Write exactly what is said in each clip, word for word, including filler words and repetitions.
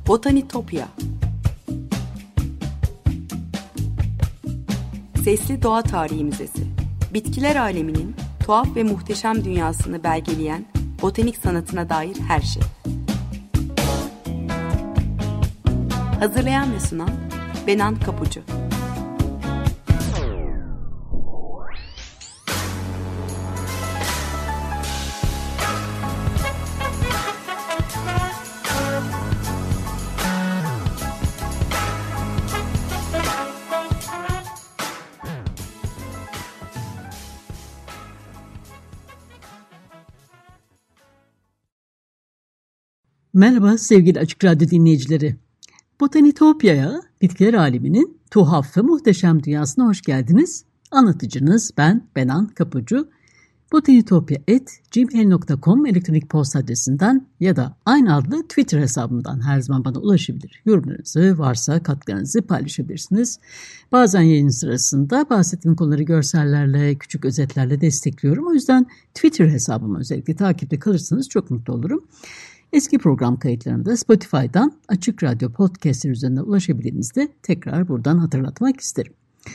Botanitopya. Sesli Doğa Tarihi Müzesi. Bitkiler aleminin tuhaf ve muhteşem dünyasını belgeleyen botanik sanatına dair her şey. Hazırlayan ve sunan Benan Kapucu. Merhaba sevgili Açık Radyo dinleyicileri. Botanitopya'ya, bitkiler aleminin tuhaf ve muhteşem dünyasına hoş geldiniz. Anlatıcınız ben Benan Kapucu. botanitopya at gmail nokta com elektronik posta adresinden ya da aynı adlı Twitter hesabımdan her zaman bana ulaşabilir. Yorumlarınızı, varsa katkılarınızı paylaşabilirsiniz. Bazen yayın sırasında bahsettiğim konuları görsellerle, küçük özetlerle destekliyorum. O yüzden Twitter hesabımı özellikle takipte kalırsanız çok mutlu olurum. Eski program kayıtlarını da Spotify'dan Açık Radyo Podcast'ler üzerinden ulaşabildiğinizde tekrar buradan hatırlatmak isterim.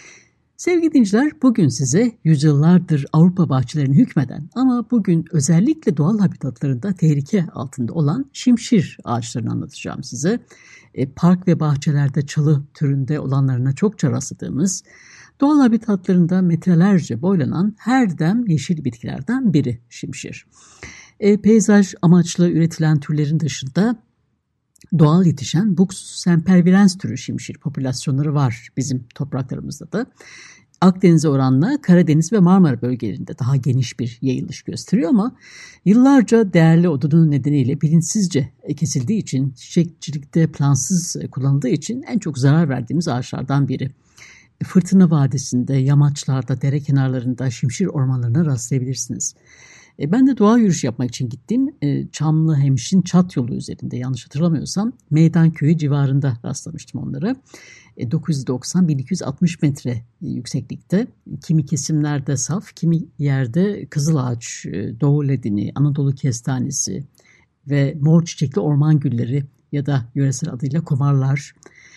Sevgili dinleyiciler, bugün size yüzyıllardır Avrupa bahçelerine hükmeden ama bugün özellikle doğal habitatlarında tehlike altında olan şimşir ağaçlarını anlatacağım size. E, park ve bahçelerde çalı türünde olanlarına çokça rastladığımız, doğal habitatlarında metrelerce boylanan her dem yeşil bitkilerden biri şimşir. E, peyzaj amaçlı üretilen türlerin dışında doğal yetişen Buxus sempervirens türü şimşir popülasyonları var bizim topraklarımızda da. Akdeniz'e oranla Karadeniz ve Marmara bölgelerinde daha geniş bir yayılış gösteriyor ama yıllarca değerli odunu nedeniyle bilinçsizce kesildiği için, çiçekçilikte plansız kullanıldığı için en çok zarar verdiğimiz ağaçlardan biri. Fırtına Vadisi'nde, yamaçlarda, dere kenarlarında şimşir ormanlarına rastlayabilirsiniz. Ben de doğa yürüyüşü yapmak için gittiğim Çamlıhemşin Çat yolu üzerinde, yanlış hatırlamıyorsam Meydanköy'ü civarında rastlamıştım onlara. dokuz yüz doksan bin iki yüz altmış metre yükseklikte, kimi kesimlerde saf, kimi yerde kızılağaç, doğu ledini, Anadolu kestanesi ve mor çiçekli orman gülleri ya da yöresel adıyla komarlar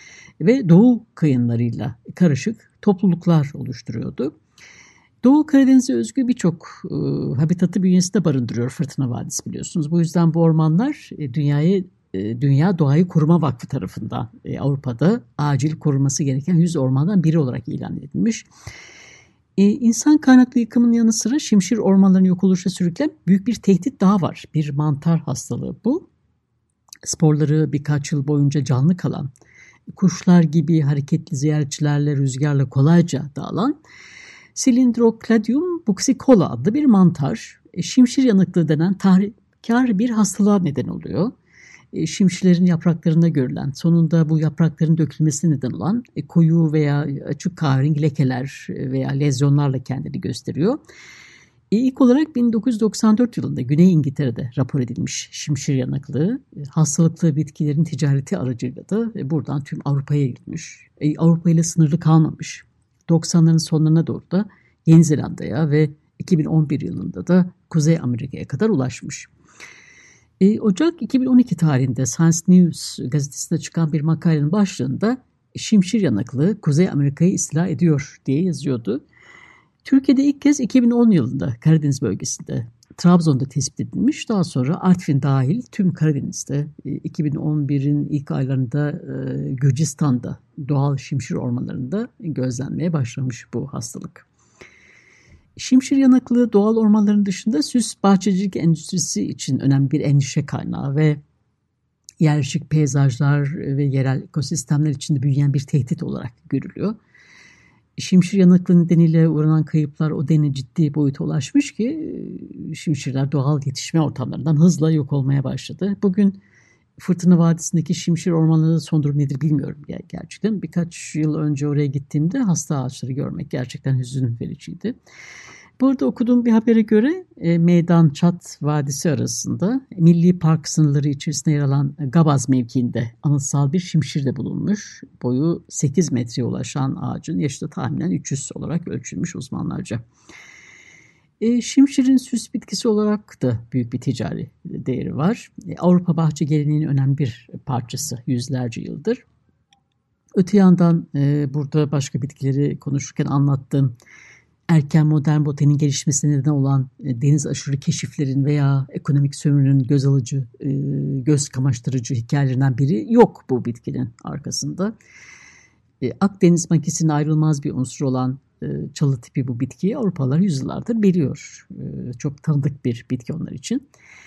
ve doğu kayınlarıyla karışık topluluklar oluşturuyordu. Doğu Karadeniz'e özgü birçok e, habitatı bünyesinde barındırıyor Fırtına Vadisi, biliyorsunuz. Bu yüzden bu ormanlar e, dünyayı e, Dünya Doğayı Koruma Vakfı tarafından e, Avrupa'da acil korunması gereken yüz ormandan biri olarak ilan edilmiş. E, insan kaynaklı yıkımın yanı sıra şimşir ormanlarının yok oluşa sürükleyen büyük bir tehdit daha var. Bir mantar hastalığı bu. Sporları birkaç yıl boyunca canlı kalan, kuşlar gibi hareketli ziyaretçilerle, rüzgarla kolayca dağılan Cylindrocladium buxicola adlı bir mantar, şimşir yanıklığı denen tahrikkar bir hastalığa neden oluyor. Şimşirlerin yapraklarında görülen, sonunda bu yaprakların dökülmesine neden olan koyu veya açık kahverengi lekeler veya lezyonlarla kendini gösteriyor. İlk olarak bin dokuz yüz doksan dört yılında Güney İngiltere'de rapor edilmiş şimşir yanıklığı, hastalıklı bitkilerin ticareti aracıyla da buradan tüm Avrupa'ya gitmiş. Avrupa ile sınırlı kalmamış. doksanların sonlarına doğru da Yeni Zelanda'ya ve iki bin on bir yılında da Kuzey Amerika'ya kadar ulaşmış. E, Ocak iki bin on iki tarihinde Science News gazetesinde çıkan bir makalenin başlığında şimşir yanıklığı Kuzey Amerika'yı istila ediyor diye yazıyordu. Türkiye'de ilk kez iki bin on yılında Karadeniz bölgesinde, Trabzon'da tespit edilmiş. Daha sonra Artvin dahil tüm Karadeniz'de, iki bin on birin ilk aylarında Gürcistan'da doğal şimşir ormanlarında gözlenmeye başlamış bu hastalık. Şimşir yanıklığı doğal ormanların dışında süs bahçecilik endüstrisi için önemli bir endişe kaynağı ve yerleşik peyzajlar ve yerel ekosistemler içinde büyüyen bir tehdit olarak görülüyor. Şimşir yanıklığı nedeniyle uğranan kayıplar o denli ciddi boyuta ulaşmış ki şimşirler doğal yetişme ortamlarından hızla yok olmaya başladı. Bugün Fırtına Vadisi'ndeki şimşir ormanlarında son durum nedir bilmiyorum gerçekten. Birkaç yıl önce oraya gittiğimde hasta ağaçları görmek gerçekten hüzün vericiydi. Burada okuduğum bir habere göre e, Meydan Çat Vadisi arasında Milli Park sınırları içerisinde yer alan Gabaz mevkiinde anıtsal bir şimşir de bulunmuş. Boyu sekiz metreye ulaşan ağacın yaşı da tahminen üç yüz olarak ölçülmüş uzmanlarca. E, şimşirin süs bitkisi olarak da büyük bir ticari değeri var. E, Avrupa bahçe geleneğinin önemli bir parçası yüzlerce yıldır. Öte yandan e, burada başka bitkileri konuşurken anlattığım erken modern botaninin gelişmesine neden olan e, deniz aşırı keşiflerin veya ekonomik sömürünün göz alıcı, e, göz kamaştırıcı hikayelerinden biri yok bu bitkinin arkasında. E, Akdeniz makisinin ayrılmaz bir unsur olan e, çalı tipi bu bitkiyi Avrupalılar yüzyıllardır biliyor. E, çok tanıdık bir bitki onlar için.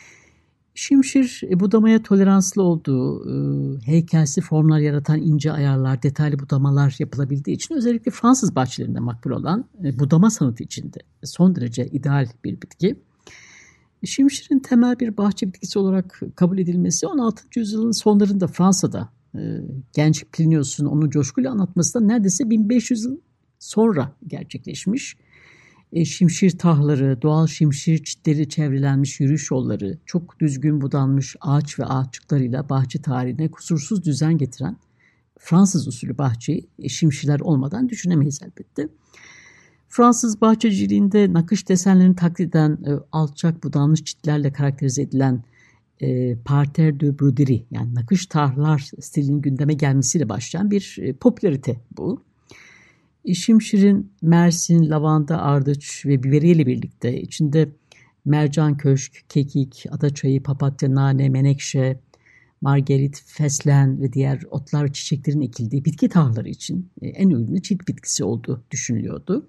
Şimşir e, budamaya toleranslı olduğu, e, heykelsi formlar yaratan ince ayarlar, detaylı budamalar yapılabildiği için özellikle Fransız bahçelerinde makbul olan e, budama sanatı içinde son derece ideal bir bitki. Şimşirin temel bir bahçe bitkisi olarak kabul edilmesi on altıncı yüzyılın sonlarında Fransa'da e, genç Plinius'un onu coşkuyla anlatmasından neredeyse bin beş yüz yıl sonra gerçekleşmiş. E, şimşir tahları, doğal şimşir çitleri çevrelenmiş yürüyüş yolları, çok düzgün budanmış ağaç ve ağaççıklarıyla bahçe tarihine kusursuz düzen getiren Fransız usulü bahçeyi e, şimşirler olmadan düşünemeyiz elbette. Fransız bahçeciliğinde nakış desenlerini taklit eden e, alçak budanmış çitlerle karakterize edilen e, parterre de broderie yani nakış tarhlar stilinin gündeme gelmesiyle başlayan bir e, popülarite bu. Şimşirin mersin, lavanda, ardıç ve biberiye ile birlikte içinde mercan köşk, kekik, adaçayı, papatya, nane, menekşe, margerit, fesleğen ve diğer otlar ve çiçeklerin ekildiği bitki tahılları için en uyumlu çift bitkisi olduğu düşünülüyordu.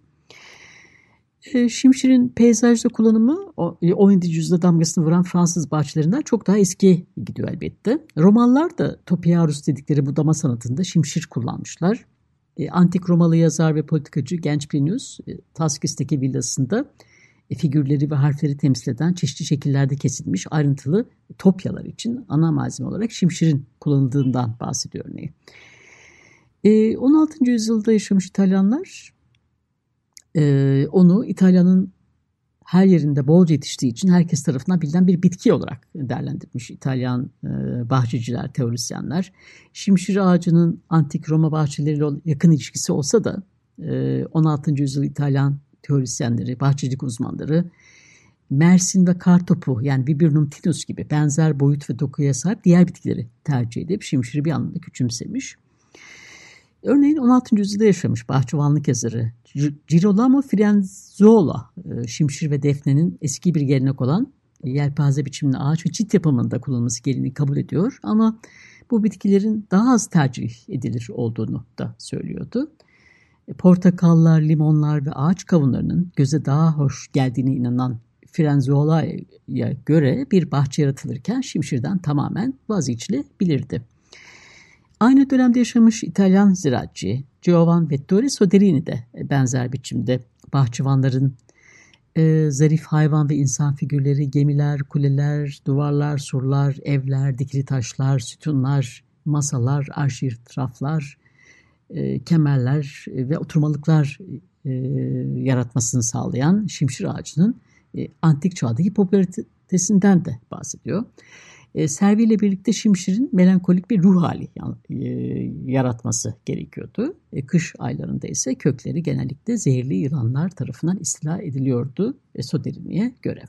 Şimşirin peyzajda kullanımı on yedinci yüzyılda damgasını vuran Fransız bahçelerinden çok daha eski gidiyor elbette. Romalılar da topiarus dedikleri budama sanatında şimşir kullanmışlar. Antik Romalı yazar ve politikacı genç Plinius, Taskis'teki villasında figürleri ve harfleri temsil eden çeşitli şekillerde kesilmiş ayrıntılı topyalar için ana malzeme olarak şimşirin kullanıldığından bahsediyor örneğin. on altıncı yüzyılda yaşamış İtalyanlar onu İtalya'nın her yerinde bolca yetiştiği için herkes tarafından bilinen bir bitki olarak değerlendirmiş İtalyan e, bahçeciler, teorisyenler. Şimşir ağacının antik Roma bahçeleriyle yakın ilişkisi olsa da e, on altıncı yüzyıl İtalyan teorisyenleri, bahçecilik uzmanları Mersin ve kartopu yani Viburnum tinus gibi benzer boyut ve dokuya sahip diğer bitkileri tercih edip şimşiri bir anlamda küçümsemiş. Örneğin on altıncı yüzyılda yaşamış bahçıvanlık yazarı Girolamo Firenzuola, şimşir ve defnenin eski bir gelenek olan yelpaze biçimli ağaç ve çit yapımında kullanılması geleneğini kabul ediyor. Ama bu bitkilerin daha az tercih edilir olduğunu da söylüyordu. Portakallar, limonlar ve ağaç kavunlarının göze daha hoş geldiğine inanan Firenzuola'ya göre bir bahçe yaratılırken şimşirden tamamen vazgeçilebilirdi. Aynı dönemde yaşamış İtalyan ziraatçı Giovan Vettori Soderini de benzer biçimde bahçıvanların e, zarif hayvan ve insan figürleri, gemiler, kuleler, duvarlar, surlar, evler, dikili taşlar, sütunlar, masalar, arşitraflar, e, kemerler ve oturmalıklar e, yaratmasını sağlayan şimşir ağacının e, antik çağdaki popülaritesinden de bahsediyor. E, Servi ile birlikte şimşirin melankolik bir ruh hali e, yaratması gerekiyordu. E, kış aylarında ise kökleri genellikle zehirli yılanlar tarafından istila ediliyordu e, Soderini'ye göre.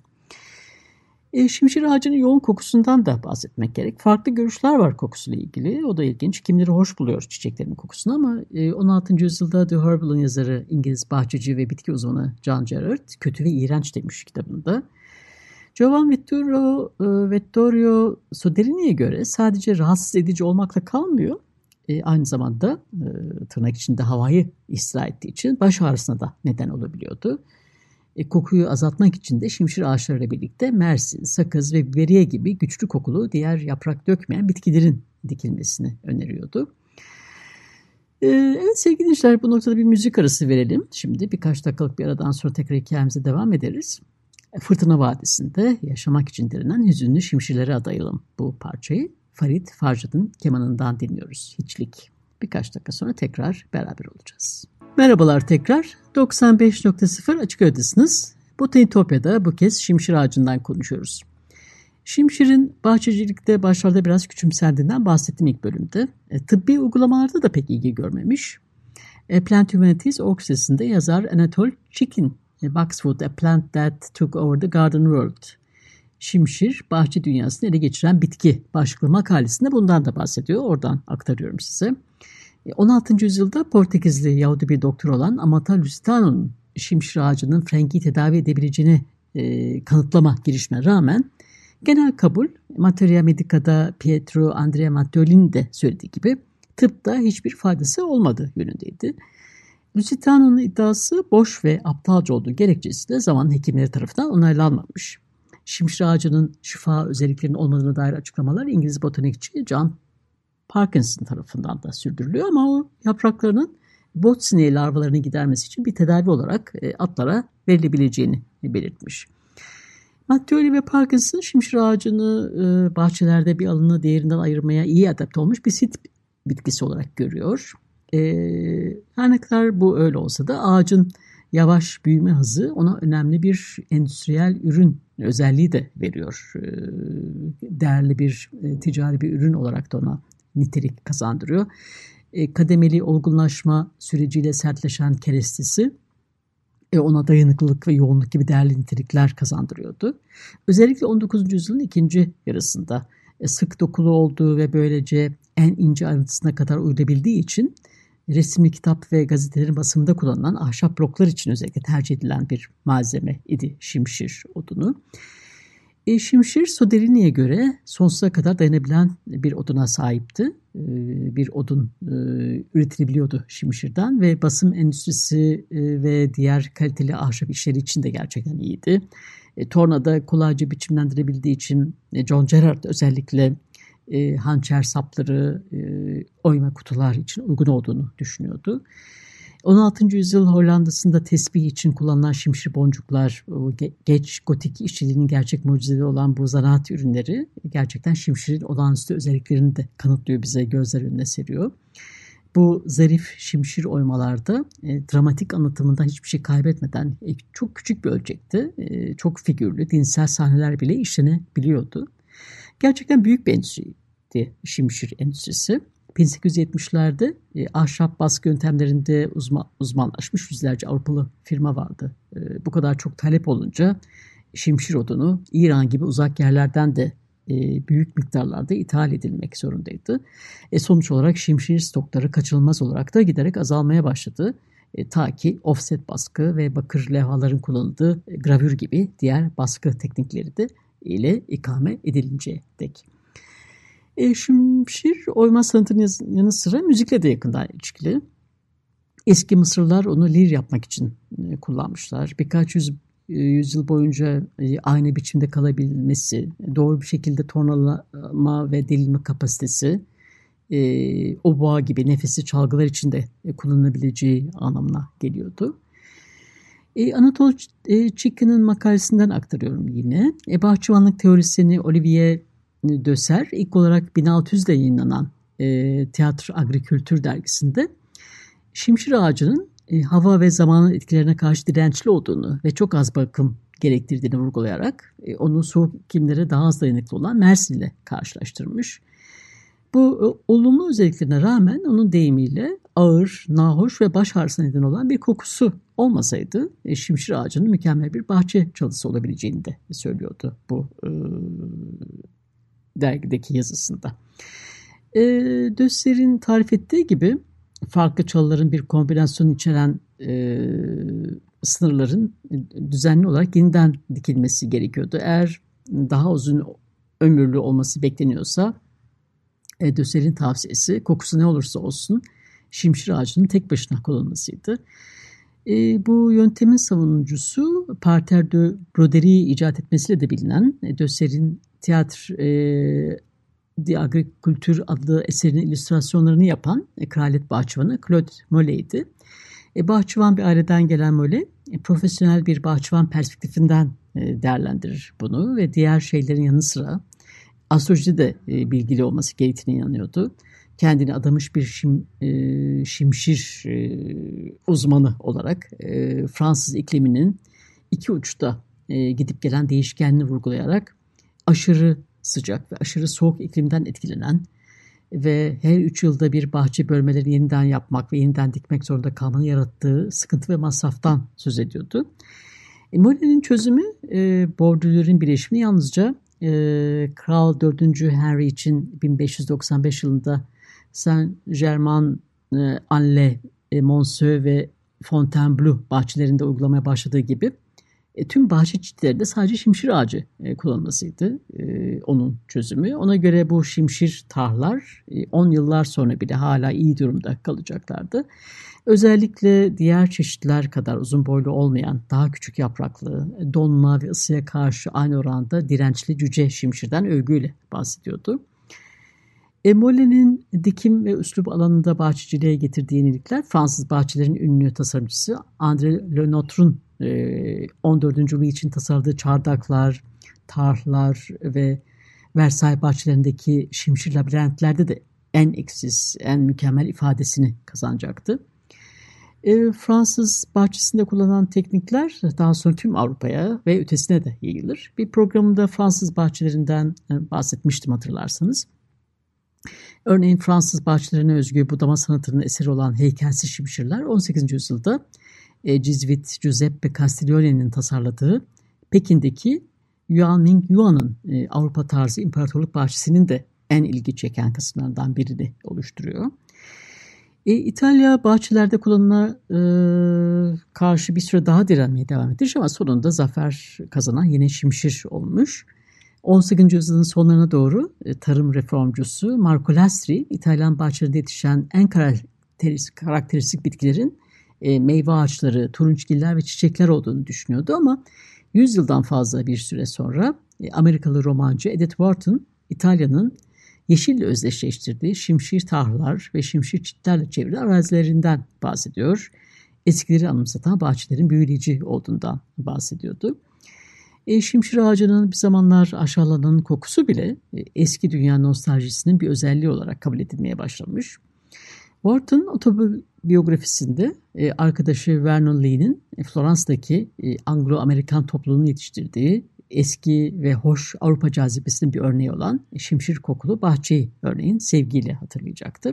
E, şimşir ağacının yoğun kokusundan da bahsetmek gerek. Farklı görüşler var kokusuyla ilgili. O da ilginç. Kimileri hoş buluyor çiçeklerin kokusunu ama e, on altıncı yüzyılda The Herbal'ın yazarı İngiliz bahçeci ve bitki uzmanı John Gerard kötü ve iğrenç demiş kitabında. Giovan Vittorio, Vittorio Soderini'ye göre sadece rahatsız edici olmakla kalmıyor. E, aynı zamanda e, tırnak içinde havayı istila ettiği için baş ağrısına da neden olabiliyordu. E, kokuyu azaltmak için de şimşir ağaçlarıyla birlikte mersin, sakız ve biberiye gibi güçlü kokulu diğer yaprak dökmeyen bitkilerin dikilmesini öneriyordu. E, evet sevgili dinleyiciler, bu noktada bir müzik arası verelim. Şimdi birkaç dakikalık bir aradan sonra tekrar hikayemize devam ederiz. Fırtına Vadisi'nde yaşamak için direnen hüzünlü şimşirlere adayalım bu parçayı. Farid Farjad'ın kemanından dinliyoruz. Hiçlik. Birkaç dakika sonra tekrar beraber olacağız. Merhabalar tekrar. doksan beş nokta sıfır Açık Radyo'dasınız. Botanitopya'da bu kez şimşir ağacından konuşuyoruz. Şimşirin bahçecilikte başlarda biraz küçümsendiğinden bahsettim ilk bölümde. E, tıbbi uygulamalarda da pek ilgi görmemiş. E, Plant Humanities org sitesinde yazar Anatol Chikin Boxwood, A Plant That Took Over the Garden World. Şimşir, bahçe dünyasını ele geçiren bitki başlıklı makalesinde bundan da bahsediyor. Oradan aktarıyorum size. on altıncı yüzyılda Portekizli Yahudi bir doktor olan Amata Lusitano'nun şimşir ağacının frengiyi tedavi edebileceğini e, kanıtlama girişimine rağmen genel kabul, Materia Medica'da Pietro Andrea Matteoli'nin de söylediği gibi tıpta hiçbir faydası olmadığı yönündeydi. Lusitano'nun iddiası boş ve aptalca olduğu gerekçesiyle zaman hekimleri tarafından onaylanmamış. Şimşir ağacının şifa özelliklerinin olmadığına dair açıklamalar İngiliz botanikçi John Parkinson tarafından da sürdürülüyor ama o yapraklarının bot sineği larvalarını gidermesi için bir tedavi olarak atlara verilebileceğini belirtmiş. Matteoli ve Parkinson şimşir ağacını bahçelerde bir alanı değerinden ayırmaya iyi adapte olmuş bir sit bitkisi olarak görüyor. Her ne kadar bu öyle olsa da ağacın yavaş büyüme hızı ona önemli bir endüstriyel ürün özelliği de veriyor. Değerli bir ticari bir ürün olarak da ona nitelik kazandırıyor. Kademeli olgunlaşma süreciyle sertleşen kerestesi ona dayanıklılık ve yoğunluk gibi değerli nitelikler kazandırıyordu. Özellikle on dokuzuncu yüzyılın ikinci yarısında sık dokulu olduğu ve böylece en ince ayrıntısına kadar uyulabildiği için resimli kitap ve gazetelerin basımında kullanılan ahşap bloklar için özellikle tercih edilen bir malzeme idi şimşir odunu. E, şimşir Soderini'ye göre sonsuza kadar dayanabilen bir oduna sahipti. E, bir odun e, üretilebiliyordu şimşirden ve basım endüstrisi e, ve diğer kaliteli ahşap işleri için de gerçekten iyiydi. E, tornada kolayca biçimlendirebildiği için e, John Gerard özellikle e, hançer sapları, e, oyma kutular için uygun olduğunu düşünüyordu. on altıncı yüzyıl Hollanda'sında tesbih için kullanılan şimşir boncuklar, o geç gotik işçiliğinin gerçek mucizeleri olan bu zanaat ürünleri gerçekten şimşirin olağanüstü özelliklerini de kanıtlıyor, bize gözler önüne seriyor. Bu zarif şimşir oymalarda e, dramatik anlatımından hiçbir şey kaybetmeden e, çok küçük bir ölçekte e, çok figürlü dinsel sahneler bile işlenebiliyordu. Gerçekten büyük bir endüstriydi şimşir endüstrisi. bin sekiz yüz yetmişlerde e, ahşap baskı yöntemlerinde uzman, uzmanlaşmış yüzlerce Avrupalı firma vardı. E, bu kadar çok talep olunca şimşir odunu İran gibi uzak yerlerden de e, büyük miktarlarda ithal edilmek zorundaydı. E, sonuç olarak şimşir stokları kaçınılmaz olarak da giderek azalmaya başladı. E, ta ki offset baskı ve bakır levhaların kullanıldığı e, gravür gibi diğer baskı teknikleri de ile ikame edilinceye dek. E, şimşir oyma sanatının yanı sıra müzikle de yakından ilişkili. Eski Mısırlılar onu lir yapmak için e, kullanmışlar. Birkaç yüz, e, yüzyıl boyunca e, aynı biçimde kalabilmesi, doğru bir şekilde tonlama ve delilme kapasitesi, e, oboa gibi nefesli çalgılar için de e, kullanılabileceği anlamına geliyordu. E, Anatole Chicken'ın makalesinden aktarıyorum yine. E, bahçıvanlık teorisyeni Olivier Döser ilk olarak bin altı yüzde yayınlanan e, Théâtre Agriculture dergisinde şimşir ağacının e, hava ve zamanın etkilerine karşı dirençli olduğunu ve çok az bakım gerektirdiğini vurgulayarak e, onu soğuk iklimlere daha az dayanıklı olan Mersin ile karşılaştırmış. Bu e, olumlu özelliklerine rağmen onun deyimiyle ağır, nahoş ve baş ağrısına neden olan bir kokusu olmasaydı e, şimşir ağacının mükemmel bir bahçe çalısı olabileceğini de söylüyordu bu e, dergideki yazısında. E, Dösser'in tarif ettiği gibi farklı çalıların bir kombinasyonu içeren e, sınırların düzenli olarak yeniden dikilmesi gerekiyordu. Eğer daha uzun ömürlü olması bekleniyorsa e, Dösser'in tavsiyesi kokusu ne olursa olsun şimşir ağacının tek başına kullanılmasıydı. E, bu yöntemin savunucusu Parterre de Broderie'yi icat etmesiyle de bilinen e, Dösser'in Théâtre e, de Agriculture adlı eserinin illüstrasyonlarını yapan e, kraliyet bahçıvanı Claude Mollet'ydi. E, bahçıvan bir aileden gelen Mollet, e, profesyonel bir bahçıvan perspektifinden e, değerlendirir bunu ve diğer şeylerin yanı sıra astrolojide de e, bilgili olması gerektiğine inanıyordu. Kendini adamış bir şim, e, şimşir e, uzmanı olarak e, Fransız ikliminin iki uçta e, gidip gelen değişkenliğini vurgulayarak aşırı sıcak ve aşırı soğuk iklimden etkilenen ve her üç yılda bir bahçe bölmelerini yeniden yapmak ve yeniden dikmek zorunda kalmanın yarattığı sıkıntı ve masraftan söz ediyordu. E, Molle'nin çözümü e, bordürlerin birleşimi yalnızca e, Kral dördüncü. Henry için bin beş yüz doksan beş yılında Saint-Germain-en-Laye, e, Monceau ve Fontainebleau bahçelerinde uygulamaya başladığı gibi e, tüm bahçe çeşitlerinde sadece şimşir ağacı e, kullanılmasıydı e, onun çözümü. Ona göre bu şimşir tarhlar on e, yıllar sonra bile hala iyi durumda kalacaklardı. Özellikle diğer çeşitler kadar uzun boylu olmayan, daha küçük yapraklı, donma ve ısıya karşı aynı oranda dirençli cüce şimşirden övgüyle bahsediyordu. E, Molle'nin dikim ve üslup alanında bahçeciliğe getirdiği yenilikler Fransız bahçelerin ünlü tasarımcısı André Lenotre'un on dördüncü Louis için tasarladığı çardaklar, tarhlar ve Versailles bahçelerindeki şimşir labirentlerde de en eksiz, en mükemmel ifadesini kazanacaktı. E, Fransız bahçesinde kullanılan teknikler daha sonra tüm Avrupa'ya ve ötesine de yayılır. Bir programda Fransız bahçelerinden bahsetmiştim hatırlarsanız. Örneğin Fransız bahçelerine özgü budama sanatının eseri olan heykelsiz şimşirler on sekizinci yüzyılda e, Cizvit Giuseppe Castiglione'nin tasarladığı Pekin'deki Yuanming Yuan'ın e, Avrupa tarzı imparatorluk bahçesinin de en ilgi çeken kısımlarından birini oluşturuyor. E, İtalya bahçelerde kullanıma e, karşı bir süre daha direnmeye devam etmiş ama sonunda zafer kazanan yine şimşir olmuş. on sekizinci yüzyılın sonlarına doğru e, tarım reformcusu Marco Lastri, İtalyan bahçelerinde yetişen en karakteristik, karakteristik bitkilerin e, meyve ağaçları, turunçgiller ve çiçekler olduğunu düşünüyordu ama yüz yıldan fazla bir süre sonra e, Amerikalı romancı Edith Wharton, İtalya'nın yeşille özdeşleştirdiği şimşir tarhlar ve şimşir çitlerle çevrili arazilerinden bahsediyor. Eskileri anımsatan bahçelerin büyüleyici olduğundan bahsediyordu. E, şimşir ağacının bir zamanlar aşağılanan kokusu bile e, eski dünya nostaljisinin bir özelliği olarak kabul edilmeye başlamış. Wharton otobiyografisinde e, arkadaşı Vernon Lee'nin e, Florence'daki e, Anglo-Amerikan topluluğunu yetiştirdiği eski ve hoş Avrupa cazibesinin bir örneği olan e, şimşir kokulu bahçeyi örneğin sevgiyle hatırlayacaktı.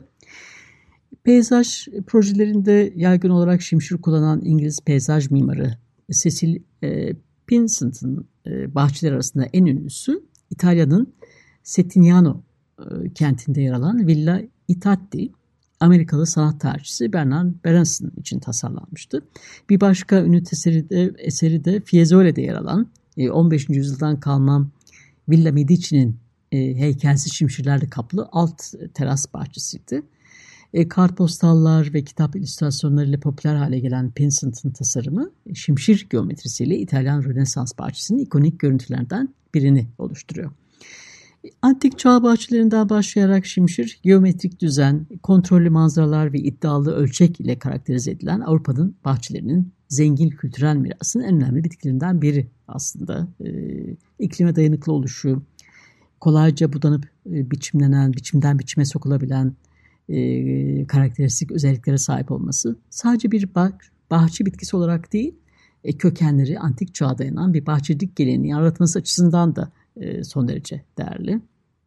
Peyzaj projelerinde yaygın olarak şimşir kullanan İngiliz peyzaj mimarı Cecil e, Pinsent'ın e, bahçeler arasında en ünlüsü İtalya'nın Settignano e, kentinde yer alan Villa Itatti, Amerikalı sanat tarihçisi Bernard Berenson için tasarlanmıştı. Bir başka ünlü eseri de, eseri de Fiesole'de yer alan e, on beşinci yüzyıldan kalma Villa Medici'nin e, heykelsiz şimşirlerle kaplı alt teras bahçesiydi. E, kartpostallar ve kitap illüstrasyonlarıyla popüler hale gelen Pinsent'ın tasarımı şimşir geometrisiyle İtalyan Rönesans bahçesinin ikonik görüntülerden birini oluşturuyor. Antik çağ bahçelerinden başlayarak şimşir, geometrik düzen, kontrollü manzaralar ve iddialı ölçek ile karakterize edilen Avrupa'nın bahçelerinin zengin kültürel mirasının en önemli bitkilerinden biri aslında. E, iklime dayanıklı oluşu, kolayca budanıp e, biçimlenen, biçimden biçime sokulabilen e, karakteristik özelliklere sahip olması sadece bir bah- bahçe bitkisi olarak değil, e, kökenleri antik çağa dayanan bir bahçecilik geleneğini yaratması açısından da e, son derece değerli.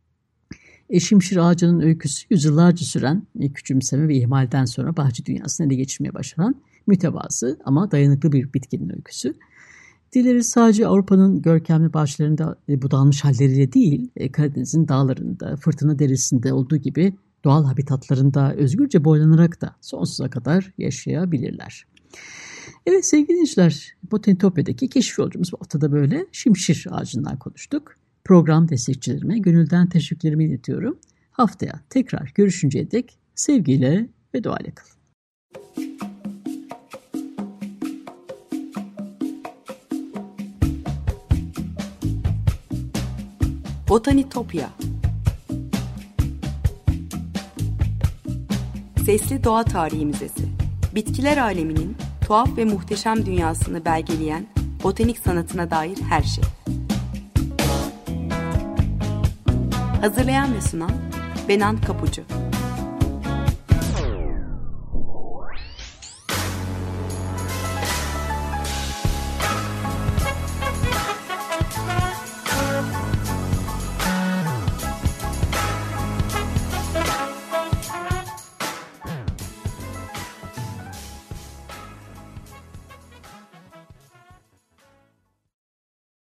E, şimşir ağacının öyküsü yüzyıllarca süren e, küçümseme ve ihmalden sonra bahçe dünyasını ele geçirmeye başlanan mütevazı ama dayanıklı bir bitkinin öyküsü. Dilleri sadece Avrupa'nın görkemli bahçelerinde e, budanmış halleriyle değil, e, Karadeniz'in dağlarında, fırtına derisinde olduğu gibi doğal habitatlarında özgürce boylanarak da sonsuza kadar yaşayabilirler. Evet sevgili dinleyiciler, Botanitopya'daki keşif yolcumuz bu haftada böyle şimşir ağacından konuştuk. Program destekçilerime gönülden teşekkürlerimi iletiyorum. Haftaya tekrar görüşünceye dek sevgiyle ve duayla kalın. Botanitopya. Sesli Doğa Tarihi Müzesi. Bitkiler aleminin tuhaf ve muhteşem dünyasını belgeleyen botanik sanatına dair her şey. Hazırlayan ve sunan Benan Kapucu.